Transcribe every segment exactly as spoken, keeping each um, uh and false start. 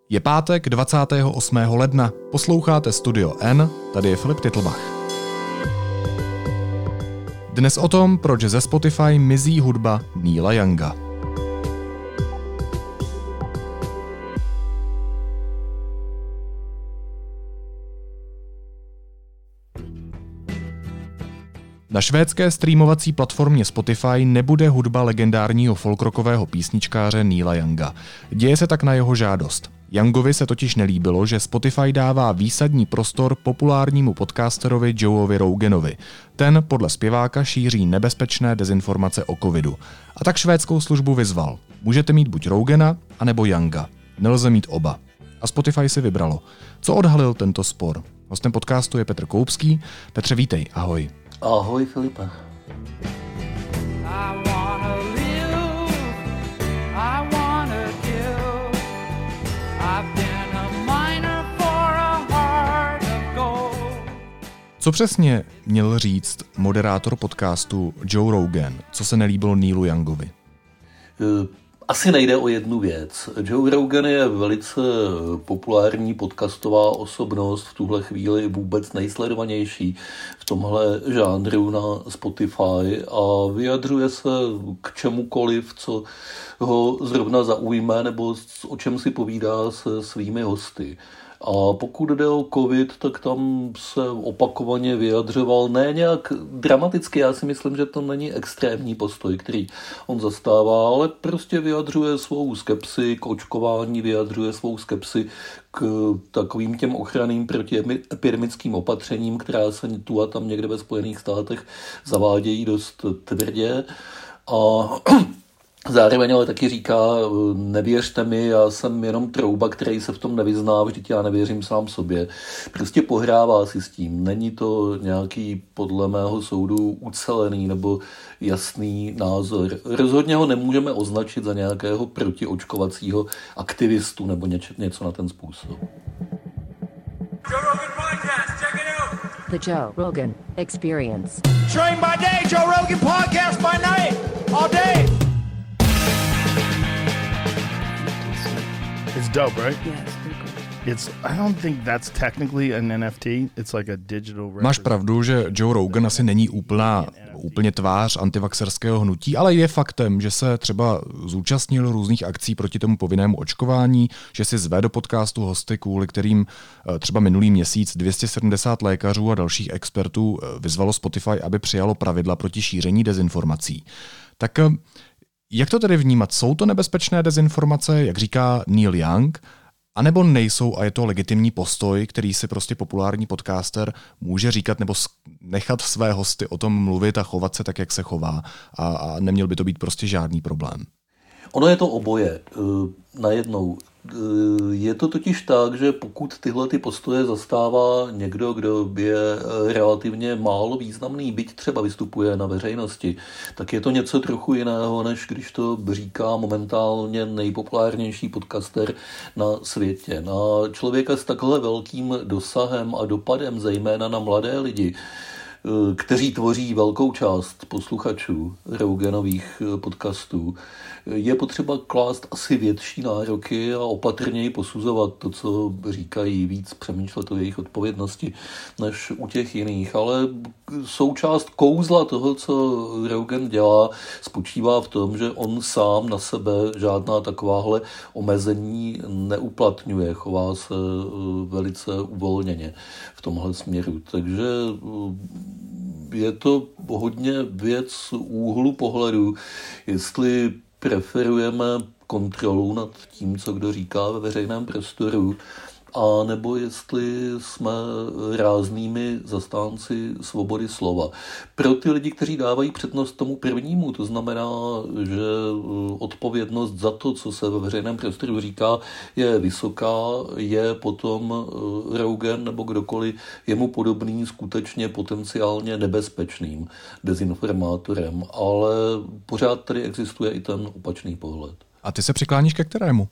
Je pátek dvacátého osmého ledna, posloucháte Studio N, tady je Filip Titlbach. Dnes o tom, proč ze Spotify mizí hudba Neila Younga. Na švédské streamovací platformě Spotify nebude hudba legendárního folkrockového písničkáře Neila Younga. Děje se tak na jeho žádost. Youngovi se totiž nelíbilo, že Spotify dává výsadní prostor populárnímu podcasterovi Joeovi Roganovi. Ten podle zpěváka šíří nebezpečné dezinformace o covidu. A tak švédskou službu vyzval. Můžete mít buď Rogana, anebo Younga. Nelze mít oba. A Spotify si vybralo. Co odhalil tento spor? Hostem podcastu je Petr Koupský. Petře, vítej, ahoj. Ahoj, Filipe. Co přesně měl říct moderátor podcastu Joe Rogan, co se nelíbilo Neilu Youngovi? Asi nejde o jednu věc. Joe Rogan je velice populární podcastová osobnost, v tuhle chvíli vůbec nejsledovanější v tomhle žánru na Spotify a vyjadřuje se k čemukoliv, co ho zrovna zaujme nebo o čem si povídá se svými hosty. A pokud jde o covid, tak tam se opakovaně vyjadřoval ne nějak dramaticky, já si myslím, že to není extrémní postoj, který on zastává, ale prostě vyjadřuje svou skepsi k očkování, vyjadřuje svou skepsi k takovým těm ochranným protiepidemickým opatřením, která se tu a tam někde ve Spojených státech zavádějí dost tvrdě. A zároveň ale taky říká, nevěřte mi, já jsem jenom trouba, který se v tom nevyzná, vždyť já nevěřím sám sobě. Prostě pohrává si s tím. Není to nějaký, podle mého soudu, ucelený nebo jasný názor. Rozhodně ho nemůžeme označit za nějakého protiočkovacího aktivistu nebo něč, něco na ten způsob. Joe Rogan Podcast, check it out! The Joe Rogan Experience. Train by day, Joe Rogan Podcast by night, all day! It's dope, right? Yeah, it's pretty cool. It's. I don't think that's technically an N F T. It's like a digital. Máš pravdu, že Joe Rogan asi není úplná, úplně tvář antivaxerského hnutí, ale je faktem, že se třeba zúčastnil různých akcí proti tomu povinnému očkování, že si zve do podcastu hosty, kvůli kterým třeba minulý měsíc dvě stě sedmdesát lékařů a dalších expertů vyzvalo Spotify, aby přijalo pravidla proti šíření dezinformací. Tak jak to tedy vnímat? Jsou to nebezpečné dezinformace, jak říká Neil Young, anebo nejsou a je to legitimní postoj, který si prostě populární podcaster může říkat nebo nechat své hosty o tom mluvit a chovat se tak, jak se chová a, a neměl by to být prostě žádný problém? Ono je to oboje najednou. Je to totiž tak, že pokud tyhle ty postoje zastává někdo, kdo je relativně málo významný, byť třeba vystupuje na veřejnosti, tak je to něco trochu jiného, než když to říká momentálně nejpopulárnější podcaster na světě. Na člověka s takhle velkým dosahem a dopadem, zejména na mladé lidi, kteří tvoří velkou část posluchačů Roganových podcastů, je potřeba klást asi větší nároky a opatrněji posuzovat to, co říkají, víc přemýšlet o jejich odpovědnosti než u těch jiných. Ale součást kouzla toho, co Rogan dělá, spočívá v tom, že on sám na sebe žádná takováhle omezení neuplatňuje, chová se velice uvolněně v tomhle směru. Takže je to hodně věc úhlu pohledu, jestli preferujeme kontrolu nad tím, co kdo říká ve veřejném prostoru, a nebo jestli jsme ráznými zastánci svobody slova. Pro ty lidi, kteří dávají přednost tomu prvnímu, to znamená, že odpovědnost za to, co se ve veřejném prostoru říká, je vysoká, je potom Rogan nebo kdokoliv jemu podobný skutečně potenciálně nebezpečným dezinformátorem, ale pořád tady existuje i ten opačný pohled. A ty se přikláníš ke kterému?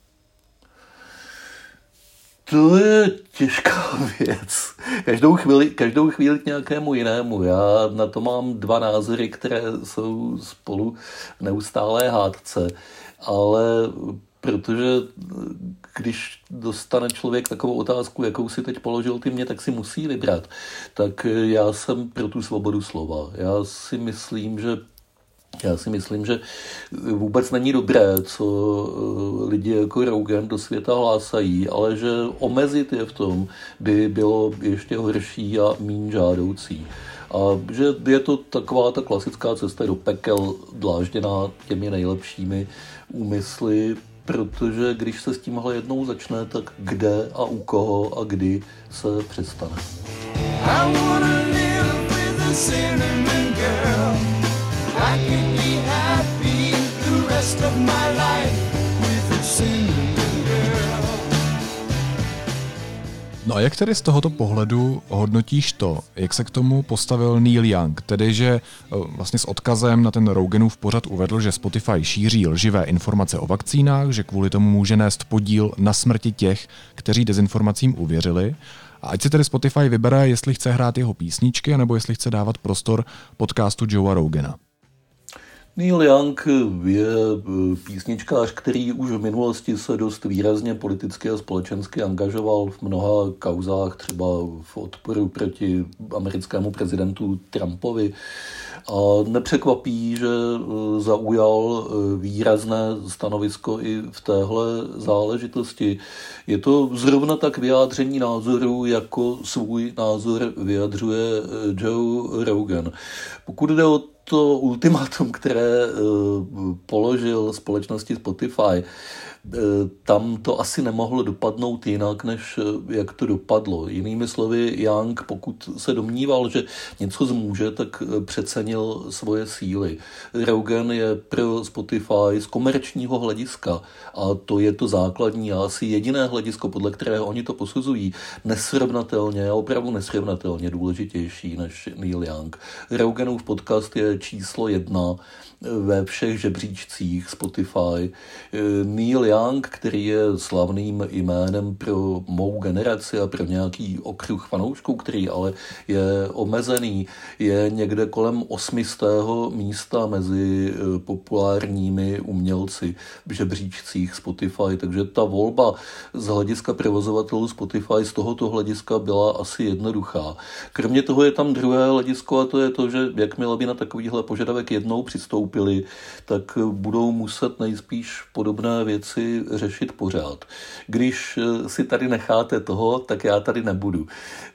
To je těžká věc. Každou chvíli, každou chvíli k nějakému jinému. Já na to mám dva názory, které jsou spolu v neustálé hádce. Ale protože když dostane člověk takovou otázku, jakou si teď položil ty mě, tak si musí vybrat. Tak já jsem pro tu svobodu slova. Já si myslím, že Já si myslím, že vůbec není dobré, co lidi jako Rogan do světa hlásají, ale že omezit je v tom by bylo ještě horší a méně žádoucí. A že je to taková ta klasická cesta do pekel dlážděná těmi nejlepšími úmysly, protože když se s tímhle jednou začne, tak kde a u koho a kdy se přestane. I wanna live with a cinnamon girl. I can be happy the rest of my life with a cinnamon girl. No a jak tedy z tohoto pohledu hodnotíš to, jak se k tomu postavil Neil Young, tedy že vlastně s odkazem na ten Roganův pořad uvedl, že Spotify šíří lživé informace o vakcínách, že kvůli tomu může nést podíl na smrti těch, kteří dezinformacím uvěřili. A ať si tedy Spotify vybere, jestli chce hrát jeho písničky, nebo jestli chce dávat prostor podcastu Joea Rogana. Neil Young je písničkář, který už v minulosti se dost výrazně politicky a společensky angažoval v mnoha kauzách, třeba v odporu proti americkému prezidentu Trumpovi. A nepřekvapí, že zaujal výrazné stanovisko i v téhle záležitosti. Je to zrovna tak vyjádření názoru, jako svůj názor vyjadřuje Joe Rogan. Pokud jde o to ultimátum, které položil společnosti Spotify, tam to asi nemohlo dopadnout jinak, než jak to dopadlo. Jinými slovy, Young, pokud se domníval, že něco zmůže, tak přecenil svoje síly. Rogan je pro Spotify z komerčního hlediska, a to je to základní a asi jediné hledisko, podle kterého oni to posuzují, nesrovnatelně, opravdu nesrovnatelně důležitější než Neil Young. Roganův podcast je číslo jedna ve všech žebříčcích Spotify. Neil Young, který je slavným jménem pro mou generaci a pro nějaký okruh fanoušků, který ale je omezený, je někde kolem osmistého místa mezi populárními umělci v žebříčcích Spotify, takže ta volba z hlediska provozovatelů Spotify z tohoto hlediska byla asi jednoduchá. Kromě toho je tam druhé hledisko, a to je to, že jakmile by na takovýhle požadavek jednou přistoupili, tak budou muset nejspíš podobné věci řešit pořád. Když si tady necháte toho, tak já tady nebudu.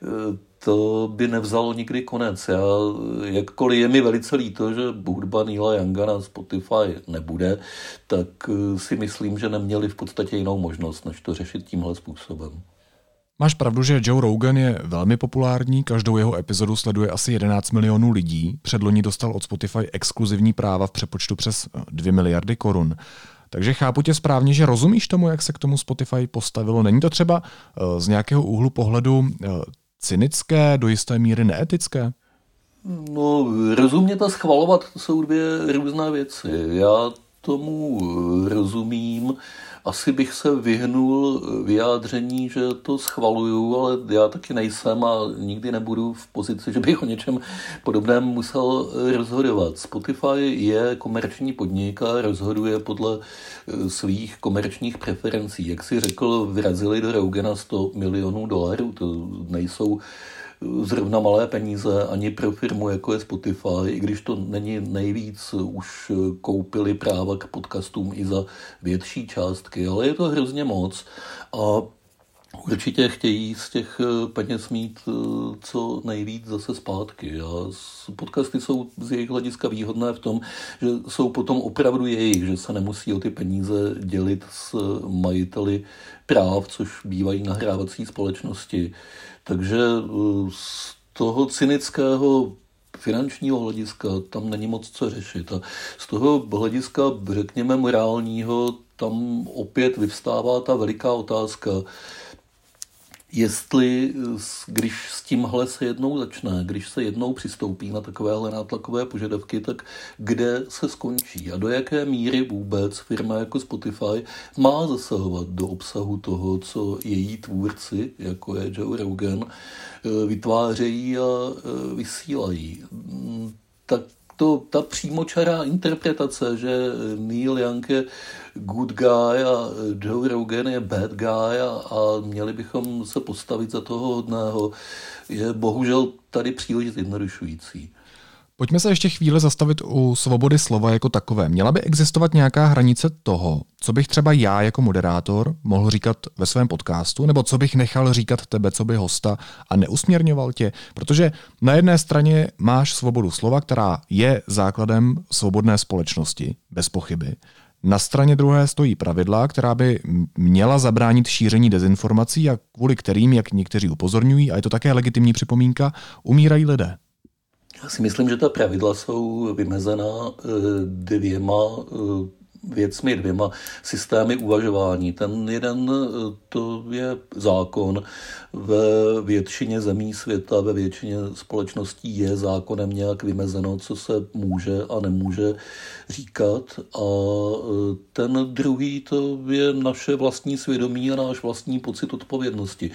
To by nevzalo nikdy konec. Já, jakkoliv je mi velice líto, že hudba Neila Younga na Spotify nebude, tak si myslím, že neměli v podstatě jinou možnost, než to řešit tímhle způsobem. Máš pravdu, že Joe Rogan je velmi populární, každou jeho epizodu sleduje asi jedenáct milionů lidí. Předloni dostal od Spotify exkluzivní práva v přepočtu přes dvě miliardy korun. Takže chápu tě správně, že rozumíš tomu, jak se k tomu Spotify postavilo. Není to třeba z nějakého úhlu pohledu cynické, do jisté míry neetické? No, rozumět a schvalovat jsou dvě různé věci. Já tomu rozumím. Asi bych se vyhnul vyjádření, že to schvaluju, ale já taky nejsem a nikdy nebudu v pozici, že bych o něčem podobném musel rozhodovat. Spotify je komerční podnik a rozhoduje podle svých komerčních preferencí. Jak si řekl, vrazili do Rogana sto milionů dolarů, to nejsou zrovna malé peníze ani pro firmu, jako je Spotify, i když to není nejvíc, už koupili práva k podcastům i za větší částky, ale je to hrozně moc a určitě chtějí z těch peněz mít co nejvíc zase zpátky. A podcasty jsou z jejich hlediska výhodné v tom, že jsou potom opravdu jejich, že se nemusí o ty peníze dělit s majiteli práv, což bývají nahrávací společnosti. Takže z toho cynického finančního hlediska tam není moc co řešit. A z toho hlediska, řekněme, morálního, tam opět vyvstává ta veliká otázka, jestli, když s tímhle se jednou začne, když se jednou přistoupí na takovéhle nátlakové požadavky, tak kde se skončí a do jaké míry vůbec firma jako Spotify má zasahovat do obsahu toho, co její tvůrci, jako je Joe Rogan, vytvářejí a vysílají. Tak to, ta přímočará interpretace, že Neil Young je good guy a Joe Rogan je bad guy a, a měli bychom se postavit za toho hodného, je bohužel tady příliš zjednodušující. Pojďme se ještě chvíli zastavit u svobody slova jako takové. Měla by existovat nějaká hranice toho, co bych třeba já jako moderátor mohl říkat ve svém podcastu, nebo co bych nechal říkat tebe, co by hosta a neusměrňoval tě? Protože na jedné straně máš svobodu slova, která je základem svobodné společnosti, bez pochyby. Na straně druhé stojí pravidla, která by měla zabránit šíření dezinformací a kvůli kterým, jak někteří upozorňují, a je to také legitimní připomínka, umírají lidé. Já si myslím, že ta pravidla jsou vymezena dvěma věcmi, dvěma systémy uvažování. Ten jeden, to je zákon. Ve většině zemí světa, ve většině společností je zákonem nějak vymezeno, co se může a nemůže říkat. A ten druhý, to je naše vlastní svědomí a náš vlastní pocit odpovědnosti.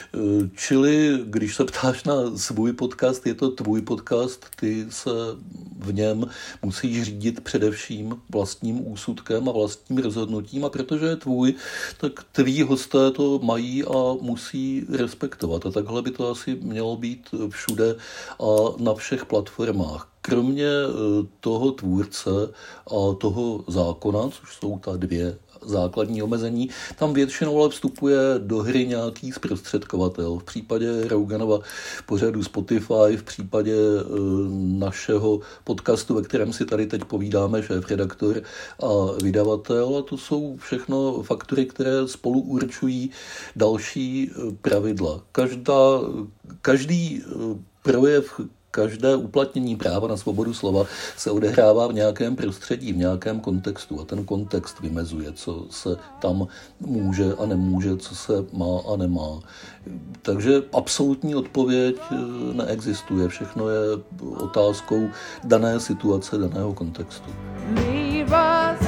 Čili, když se ptáš na svůj podcast, je to tvůj podcast, ty se v něm musíš řídit především vlastním úsudkem a vlastním rozhodnutím, a protože je tvůj, tak tví hosté to mají a musí respektovat. A takhle by to asi mělo být všude a na všech platformách. Kromě toho tvůrce a toho zákona, což jsou ta dvě základní omezení, tam většinou ale vstupuje do hry nějaký zprostředkovatel. V případě Roganova pořadu Spotify, v případě e, našeho podcastu, ve kterém si tady teď povídáme, šéfredaktor a vydavatel. A to jsou všechno faktory, které spolu určují další pravidla. Každá, každý projev, každé uplatnění práva na svobodu slova se odehrává v nějakém prostředí, v nějakém kontextu a ten kontext vymezuje, co se tam může a nemůže, co se má a nemá. Takže absolutní odpověď neexistuje. Všechno je otázkou dané situace, daného kontextu. Leave us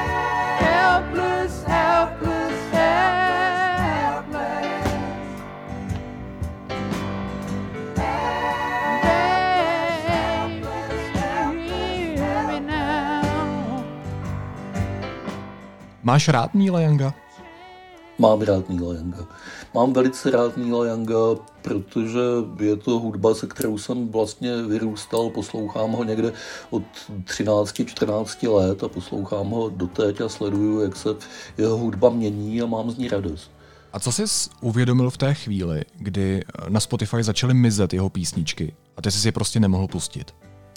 helpless, helpless, helpless. Máš rád Neila Younga? Mám rád Neila Younga. Mám velice rád Neila Younga, protože je to hudba, se kterou jsem vlastně vyrůstal, poslouchám ho někde od třinácti čtrnácti let a poslouchám ho doteď a sleduju, jak se jeho hudba mění a mám z ní radost. A co jsi uvědomil v té chvíli, kdy na Spotify začaly mizet jeho písničky a ty jsi si prostě nemohl pustit?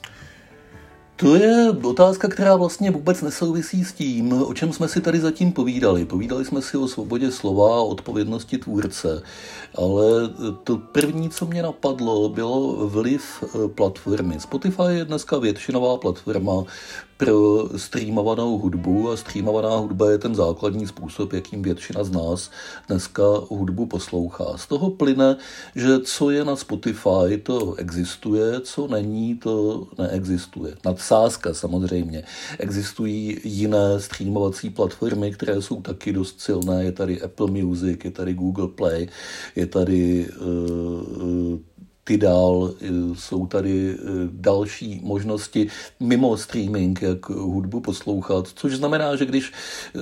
To je otázka, která vlastně vůbec nesouvisí s tím, o čem jsme si tady zatím povídali. Povídali jsme si o svobodě slova a odpovědnosti tvůrce, ale to první, co mě napadlo, bylo vliv platformy. Spotify je dneska většinová platforma pro streamovanou hudbu a streamovaná hudba je ten základní způsob, jakým většina z nás dneska hudbu poslouchá. Z toho plyne, že co je na Spotify, to existuje, co není, to neexistuje. Nadsázka samozřejmě. Existují jiné streamovací platformy, které jsou taky dost silné. Je tady Apple Music, je tady Google Play, je tady uh, Tidal, jsou tady další možnosti mimo streaming, jak hudbu poslouchat, což znamená, že když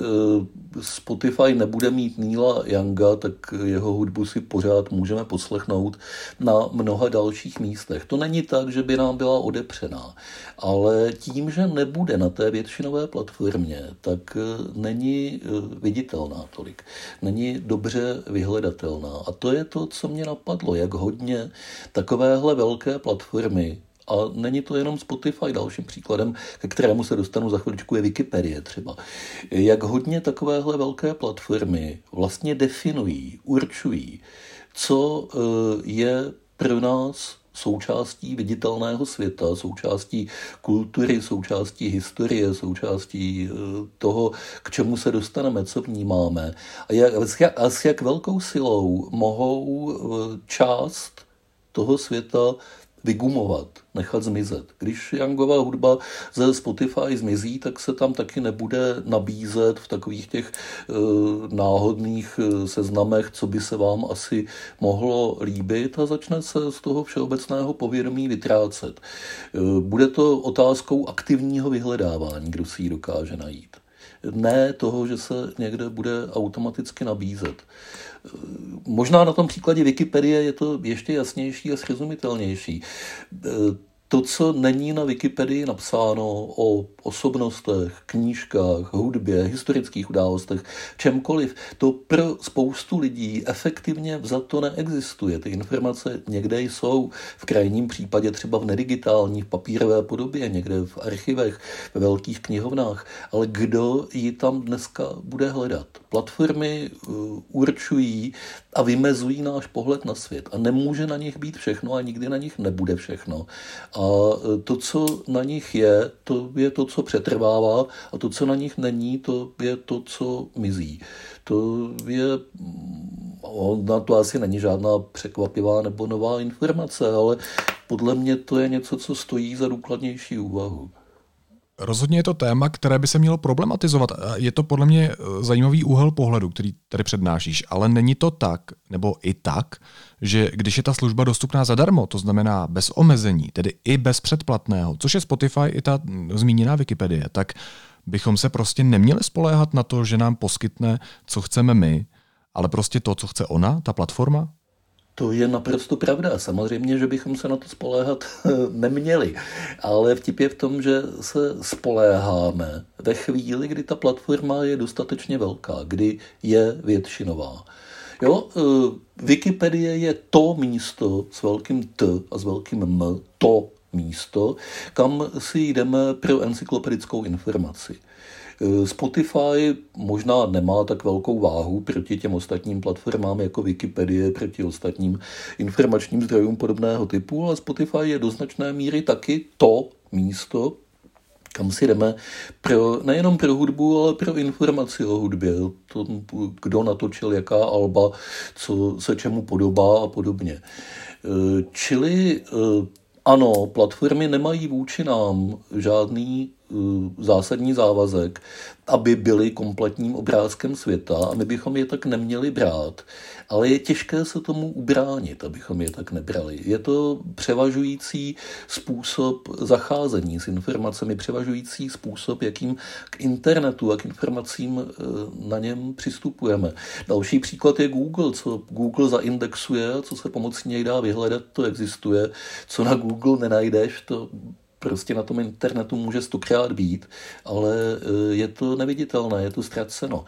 Spotify nebude mít Neila Younga, tak jeho hudbu si pořád můžeme poslechnout na mnoha dalších místech. To není tak, že by nám byla odepřená, ale tím, že nebude na té většinové platformě, tak není viditelná tolik, není dobře vyhledatelná. A to je to, co mě napadlo, jak hodně takovéhle velké platformy, a není to jenom Spotify, dalším příkladem, ke kterému se dostanu za chviličku, je Wikipedie třeba. Jak hodně takovéhle velké platformy vlastně definují, určují, co je pro nás součástí viditelného světa, součástí kultury, součástí historie, součástí toho, k čemu se dostaneme, co vnímáme. A, jak, a s jak velkou silou mohou část toho světa vygumovat, nechat zmizet. Když jangová hudba ze Spotify zmizí, tak se tam taky nebude nabízet v takových těch e, náhodných seznamech, co by se vám asi mohlo líbit a začne se z toho všeobecného povědomí vytrácet. E, bude to otázkou aktivního vyhledávání, kdo si ji dokáže najít. Ne toho, že se někde bude automaticky nabízet. Možná na tom příkladě Wikipedie je to ještě jasnější a srozumitelnější. To, co není na Wikipedii napsáno o osobnostech, knížkách, hudbě, historických událostech, čemkoliv, to pro spoustu lidí efektivně vzato neexistuje. Ty informace někde jsou, v krajním případě třeba v nedigitální, v papírové podobě, někde v archivech, ve velkých knihovnách, ale kdo ji tam dneska bude hledat? Platformy určují a vymezují náš pohled na svět a nemůže na nich být všechno a nikdy na nich nebude všechno. A to, co na nich je, to je to, co přetrvává a to, co na nich není, to je to, co mizí. To je, na to asi není žádná překvapivá nebo nová informace, ale podle mě to je něco, co stojí za důkladnější úvahu. Rozhodně je to téma, které by se mělo problematizovat. Je to podle mě zajímavý úhel pohledu, který tady přednášíš, ale není to tak, nebo i tak, že když je ta služba dostupná zadarmo, to znamená bez omezení, tedy i bez předplatného, což je Spotify i ta zmíněná Wikipedie, tak bychom se prostě neměli spoléhat na to, že nám poskytne, co chceme my, ale prostě to, co chce ona, ta platforma? To je naprosto pravda. Samozřejmě, že bychom se na to spoléhat neměli. Ale vtip je v tom, že se spoléháme ve chvíli, kdy ta platforma je dostatečně velká, kdy je většinová. Jo, Wikipedie je to místo s velkým T a s velkým M, to místo, kam si jdeme pro encyklopedickou informaci. Spotify možná nemá tak velkou váhu proti těm ostatním platformám jako Wikipedie, proti ostatním informačním zdrojům podobného typu, ale Spotify je do značné míry taky to místo, kam si jdeme pro, nejenom pro hudbu, ale pro informaci o hudbě. To, kdo natočil jaká alba, co se čemu podobá a podobně. Čili ano, platformy nemají vůči nám žádný zásadní závazek, aby byly kompletním obrázkem světa a my bychom je tak neměli brát, ale je těžké se tomu ubránit, abychom je tak nebrali. Je to převažující způsob zacházení s informacemi, převažující způsob, jakým k internetu a k informacím na něm přistupujeme. Další příklad je Google. Co Google zaindexuje, co se pomocí něj dá vyhledat, to existuje. Co na Google nenajdeš, to prostě na tom internetu může stokrát být, ale je to neviditelné, je to ztraceno.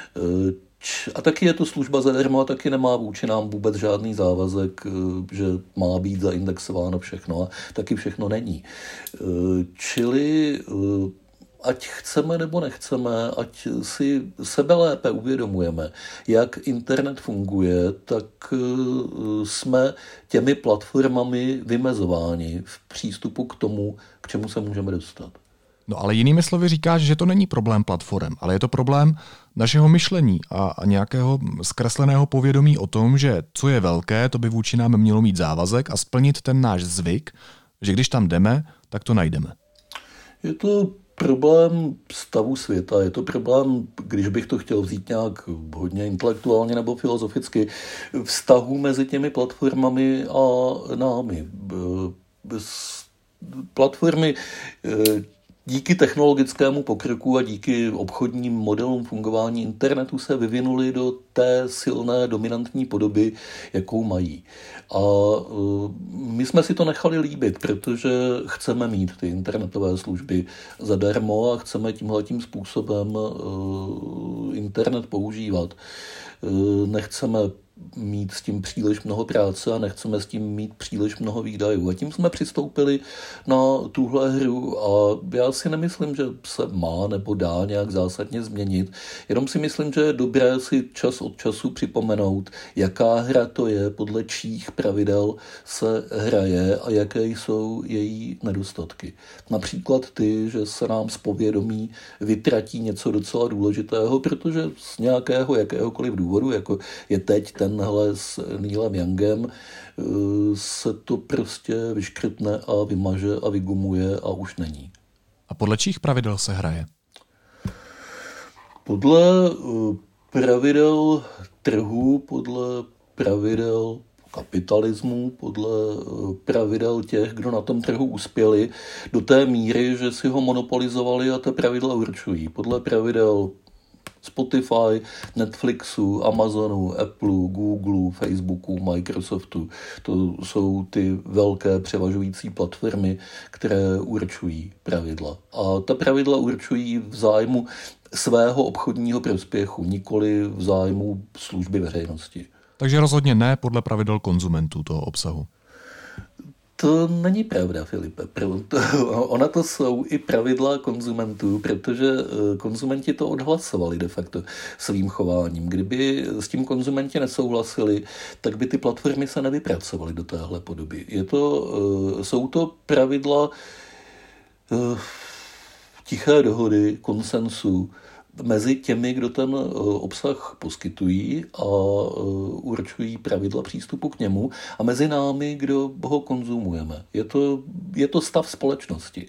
A taky je to služba zadarmo a taky nemá vůči nám vůbec žádný závazek, že má být zaindexováno všechno a taky všechno není. Čili ať chceme nebo nechceme, ať si sebe lépe uvědomujeme, jak internet funguje, tak jsme těmi platformami vymezováni v přístupu k tomu, k čemu se můžeme dostat. No ale jinými slovy říkáš, že to není problém platform, ale je to problém našeho myšlení a nějakého zkresleného povědomí o tom, že co je velké, to by vůči nám mělo mít závazek a splnit ten náš zvyk, že když tam jdeme, tak to najdeme. Je to problém stavu světa, je to problém, když bych to chtěl vzít nějak hodně intelektuálně nebo filozoficky, vztahu mezi těmi platformami a námi. Platformy díky technologickému pokroku a díky obchodním modelům fungování internetu se vyvinuly do té silné dominantní podoby, jakou mají. A my jsme si to nechali líbit, protože chceme mít ty internetové služby zadarmo a chceme tímhletím způsobem internet používat. Nechceme mít s tím příliš mnoho práce a nechceme s tím mít příliš mnoho výdajů. A tím jsme přistoupili na tuhle hru a já si nemyslím, že se má nebo dá nějak zásadně změnit. Jenom si myslím, že je dobré si čas od času připomenout, jaká hra to je, podle čích pravidel se hraje a jaké jsou její nedostatky. Například ty, že se nám z povědomí vytratí něco docela důležitého, protože z nějakého jakéhokoliv důvodu, jako je teď tenhle takhle s Neilem Youngem se to prostě vyškrtne a vymaže a vygumuje a už není. A podle čích pravidel se hraje? Podle pravidel trhu, podle pravidel kapitalismu, podle pravidel těch, kdo na tom trhu uspěli, do té míry, že si ho monopolizovali a ta pravidla určují. Podle pravidel Spotify, Netflixu, Amazonu, Apple, Google, Facebooku, Microsoftu. To jsou ty velké převažující platformy, které určují pravidla. A ta pravidla určují v zájmu svého obchodního prospěchu, nikoli v zájmu služby veřejnosti. Takže rozhodně ne podle pravidel konzumentů toho obsahu. To není pravda, Filipe. Ona to jsou i pravidla konzumentů, protože konzumenti to odhlasovali de facto svým chováním. Kdyby s tím konzumenti nesouhlasili, tak by ty platformy se nevypracovaly do téhle podoby. Je to, jsou to pravidla tiché dohody, konsensu mezi těmi, kdo ten obsah poskytují a určují pravidla přístupu k němu, a mezi námi, kdo ho konzumujeme. Je to, je to stav společnosti.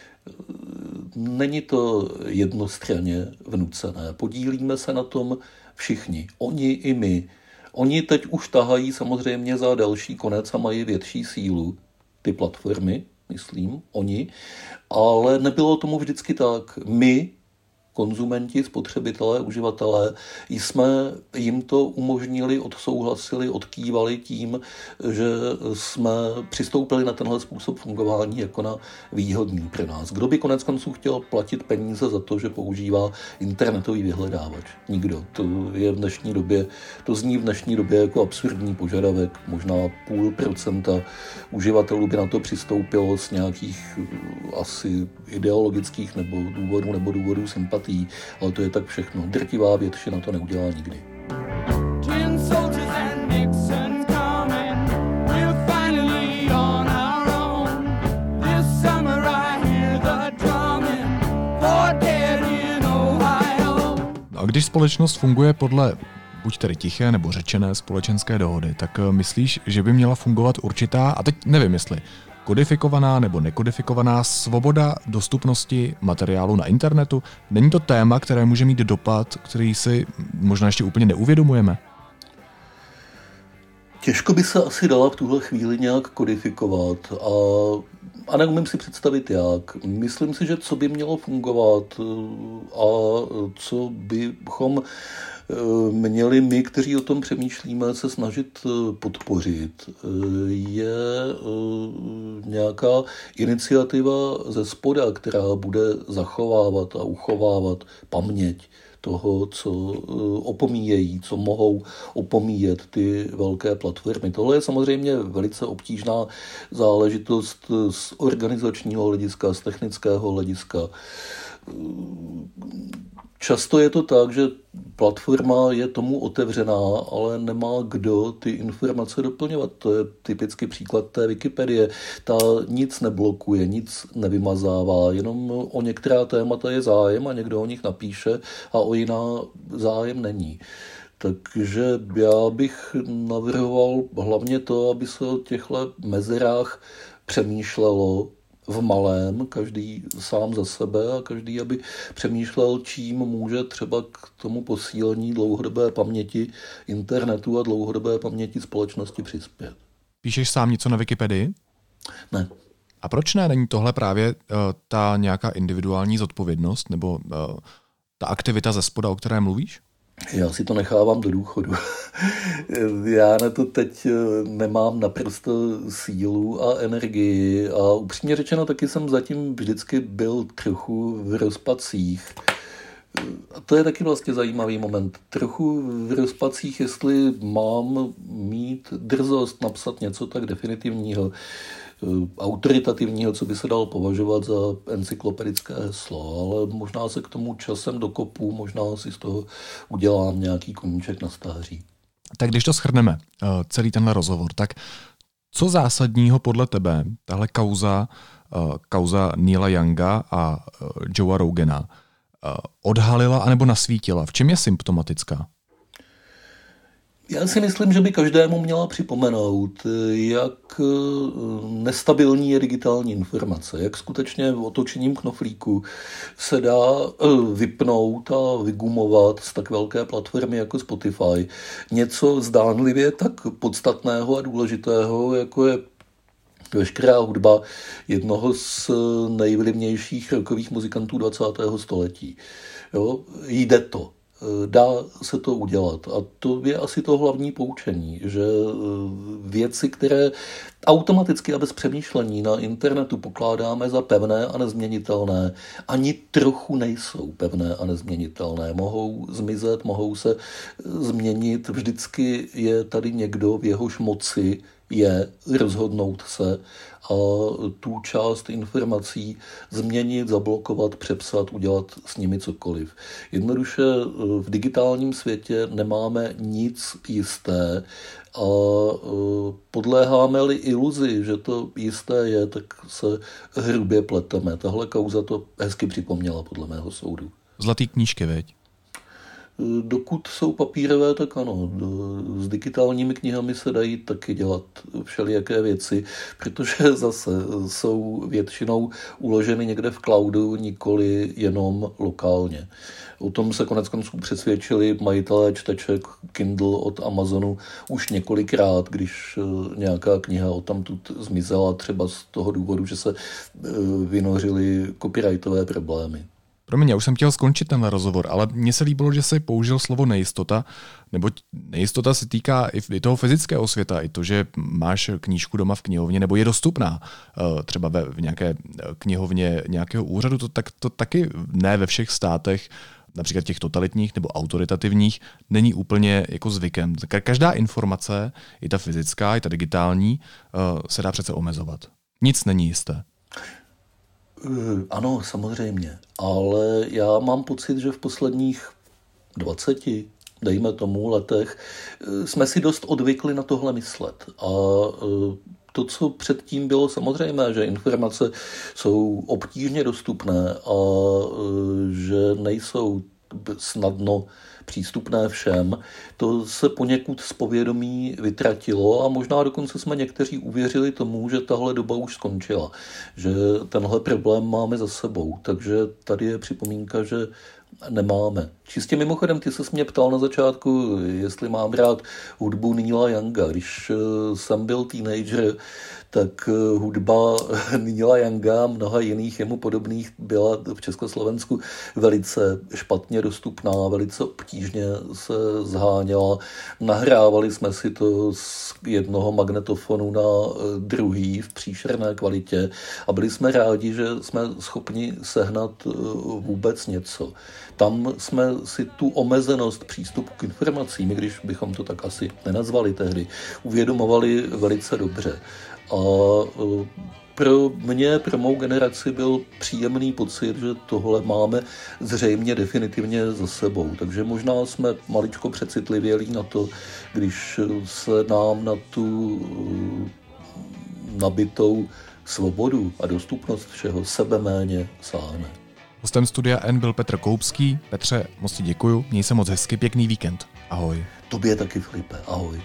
Není to jednostranně vnucené. Podílíme se na tom všichni. Oni i my. Oni teď už tahají samozřejmě za další konec a mají větší sílu. Ty platformy, myslím, oni. Ale nebylo tomu vždycky tak. My, konzumenti, spotřebitelé, uživatelé, jsme jim to umožnili, odsouhlasili, odkývali tím, že jsme přistoupili na tenhle způsob fungování jako na výhodný pro nás. Kdo by konec konců chtěl platit peníze za to, že používá internetový vyhledávač? Nikdo. To je v dnešní době, to zní v dnešní době jako absurdní požadavek. Možná půl procenta uživatelů by na to přistoupilo z nějakých asi ideologických nebo důvodů nebo důvodů sympatie. Ale to je tak všechno. Drtivá většina to neudělá nikdy. A když společnost funguje podle buď tedy tiché nebo řečené společenské dohody, tak myslíš, že by měla fungovat určitá, a teď nevím jestli, kodifikovaná nebo nekodifikovaná svoboda dostupnosti materiálu na internetu? Není to téma, které může mít dopad, který si možná ještě úplně neuvědomujeme? Těžko by se asi dala v tuhle chvíli nějak kodifikovat a, a neumím si představit jak. Myslím si, že co by mělo fungovat a co bychom měli my, kteří o tom přemýšlíme, se snažit podpořit, je nějaká iniciativa ze spoda, která bude zachovávat a uchovávat paměť toho, co opomíjejí, co mohou opomíjet ty velké platformy. Tohle je samozřejmě velice obtížná záležitost z organizačního hlediska, z technického hlediska. Často je to tak, že platforma je tomu otevřená, ale nemá kdo ty informace doplňovat. To je typický příklad té Wikipedie. Ta nic neblokuje, nic nevymazává, jenom o některá témata je zájem a někdo o nich napíše a o jiná zájem není. Takže já bych navrhoval hlavně to, aby se o těchto mezerách přemýšlelo v malém, každý sám za sebe a každý, aby přemýšlel, čím může třeba k tomu posílení dlouhodobé paměti internetu a dlouhodobé paměti společnosti přispět. Píšeš sám něco na Wikipedii? Ne. A proč ne? Není tohle právě uh, ta nějaká individuální zodpovědnost nebo uh, ta aktivita ze spoda, o které mluvíš? Já si to nechávám do důchodu. Já na to teď nemám naprosto sílu a energii a upřímně řečeno taky jsem zatím vždycky byl trochu v rozpacích. A to je taky vlastně zajímavý moment. Trochu v rozpacích, jestli mám mít drzost napsat něco tak definitivního, autoritativního, co by se dalo považovat za encyklopedické heslo, ale možná se k tomu časem dokopu, možná si z toho udělám nějaký koníček na stáří. Tak když to shrneme, celý tenhle rozhovor, tak co zásadního podle tebe tahle kauza, kauza Neila Younga a Joea Rogana odhalila anebo nasvítila? V čem je symptomatická? Já si myslím, že by každému měla připomenout, jak nestabilní je digitální informace, jak skutečně otočením knoflíku se dá vypnout a vygumovat z tak velké platformy jako Spotify něco zdánlivě tak podstatného a důležitého, jako je veškerá hudba jednoho z nejvlivnějších rockových muzikantů dvacátého století. Jo, jde to. Dá se to udělat. A to je asi to hlavní poučení, že věci, které automaticky a bez přemýšlení na internetu pokládáme za pevné a nezměnitelné, ani trochu nejsou pevné a nezměnitelné. Mohou zmizet, mohou se změnit. Vždycky je tady někdo, v jehož moci je rozhodnout se a tu část informací změnit, zablokovat, přepsat, udělat s nimi cokoliv. Jednoduše v digitálním světě nemáme nic jisté a podléháme-li iluzi, že to jisté je, tak se hrubě pleteme. Tahle kauza to hezky připomněla, podle mého soudu. Zlatý knížky, veď? Dokud jsou papírové, tak ano. S digitálními knihami se dají taky dělat všelijaké věci, protože zase jsou většinou uloženy někde v cloudu, nikoli jenom lokálně. O tom se koneckonců přesvědčili majitelé čteček Kindle od Amazonu už několikrát, když nějaká kniha odtamtud zmizela, třeba z toho důvodu, že se vynořily copyrightové problémy. Promiň, já už jsem chtěl skončit tenhle rozhovor, ale mně se líbilo, že jsi použil slovo nejistota, neboť nejistota se týká i toho fyzického světa, i to, že máš knížku doma v knihovně, nebo je dostupná třeba ve, v nějaké knihovně nějakého úřadu, to, tak, to taky ne ve všech státech, například těch totalitních nebo autoritativních, není úplně jako zvykem. Každá informace, i ta fyzická, i ta digitální, se dá přece omezovat. Nic není jisté. Ano, samozřejmě, ale já mám pocit, že v posledních dvaceti, dejme tomu, letech jsme si dost odvykli na tohle myslet. A to, co předtím bylo samozřejmé, že informace jsou obtížně dostupné a že nejsou snadno přístupné všem, to se poněkud z povědomí vytratilo a možná dokonce jsme někteří uvěřili tomu, že tahle doba už skončila, že tenhle problém máme za sebou, takže tady je připomínka, že nemáme. Čistě mimochodem, ty ses mě ptal na začátku, jestli mám rád hudbu Neila Younga. Když jsem byl teenager, tak hudba Neila Younga a mnoha jiných jemu podobných byla v Československu velice špatně dostupná, velice obtížně se zháněla. Nahrávali jsme si to z jednoho magnetofonu na druhý v příšerné kvalitě a byli jsme rádi, že jsme schopni sehnat vůbec něco. Tam jsme si tu omezenost přístupu k informacím, když bychom to tak asi nenazvali tehdy, uvědomovali velice dobře. A pro mě, pro mou generaci byl příjemný pocit, že tohle máme zřejmě definitivně za sebou. Takže možná jsme maličko přecitlivělí na to, když se nám na tu nabitou svobodu a dostupnost všeho sebeméně sáhne. Hostem Studia N byl Petr Koupský. Petře, moc ti děkuju, měj se moc hezky, pěkný víkend. Ahoj. Tobě taky, Filipe, ahoj.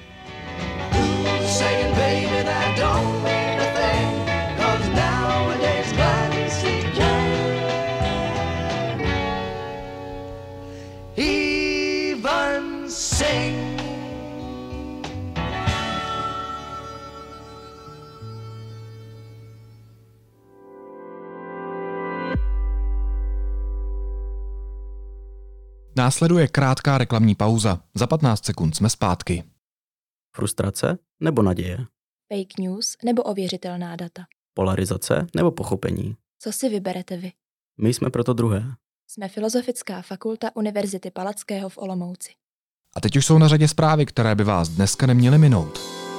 Následuje krátká reklamní pauza. Za patnáct sekund jsme zpátky. Frustrace nebo naděje? Fake news nebo ověřitelná data? Polarizace nebo pochopení? Co si vyberete vy? My jsme proto druhé. Jsme Filozofická fakulta Univerzity Palackého v Olomouci. A teď už jsou na řadě zprávy, které by vás dneska neměly minout.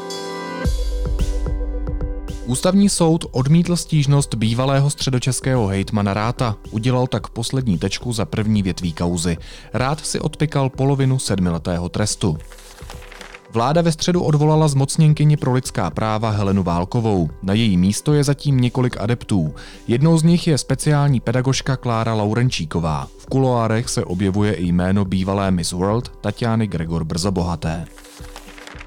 Ústavní soud odmítl stížnost bývalého středočeského hejtmana Ratha. Udělal tak poslední tečku za první větví kauzy. Rath si odpykal polovinu sedmiletého trestu. Vláda ve středu odvolala zmocněnkyni pro lidská práva Helenu Válkovou. Na její místo je zatím několik adeptů. Jednou z nich je speciální pedagožka Klára Laurenčíková. V kuloárech se objevuje i jméno bývalé Miss World Tatiany Gregor Brzobohaté.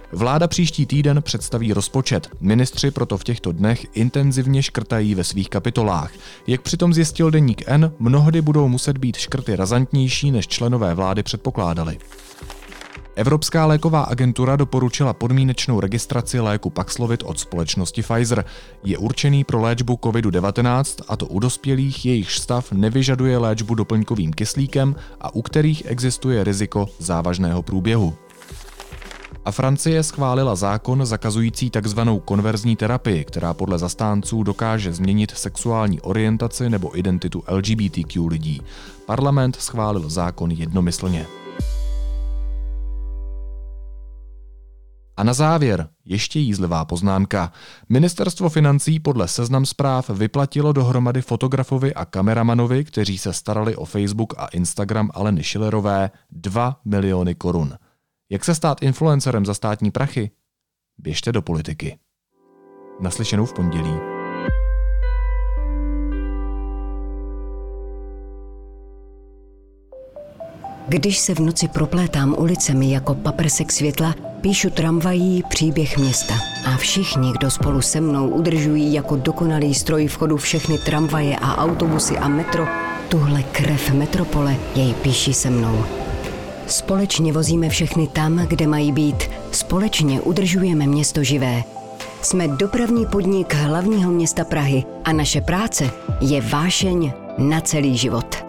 Vláda příští týden představí rozpočet. Ministři proto v těchto dnech intenzivně škrtají ve svých kapitolách. Jak přitom zjistil deník N, mnohdy budou muset být škrty razantnější, než členové vlády předpokládali. Evropská léková agentura doporučila podmínečnou registraci léku Paxlovid od společnosti Pfizer. Je určený pro léčbu covid devatenáct, a to u dospělých, jejichž stav nevyžaduje léčbu doplňkovým kyslíkem a u kterých existuje riziko závažného průběhu. A Francie schválila zákon zakazující takzvanou konverzní terapii, která podle zastánců dokáže změnit sexuální orientaci nebo identitu L G B T Q lidí. Parlament schválil zákon jednomyslně. A na závěr ještě jízlivá poznámka. Ministerstvo financí podle Seznam Zpráv vyplatilo dohromady fotografovi a kameramanovi, kteří se starali o Facebook a Instagram Aleny Schillerové, dva miliony korun. Jak se stát influencerem za státní prachy? Běžte do politiky. Naslyšenou v pondělí. Když se v noci proplétám ulicemi jako paprsek světla, píšu tramvají příběh města. A všichni, kdo spolu se mnou udržují jako dokonalý stroj v chodu všechny tramvaje a autobusy a metro, tuhle krev metropole, jej píší se mnou. Společně vozíme všechny tam, kde mají být. Společně udržujeme město živé. Jsme dopravní podnik hlavního města Prahy a naše práce je vášeň na celý život.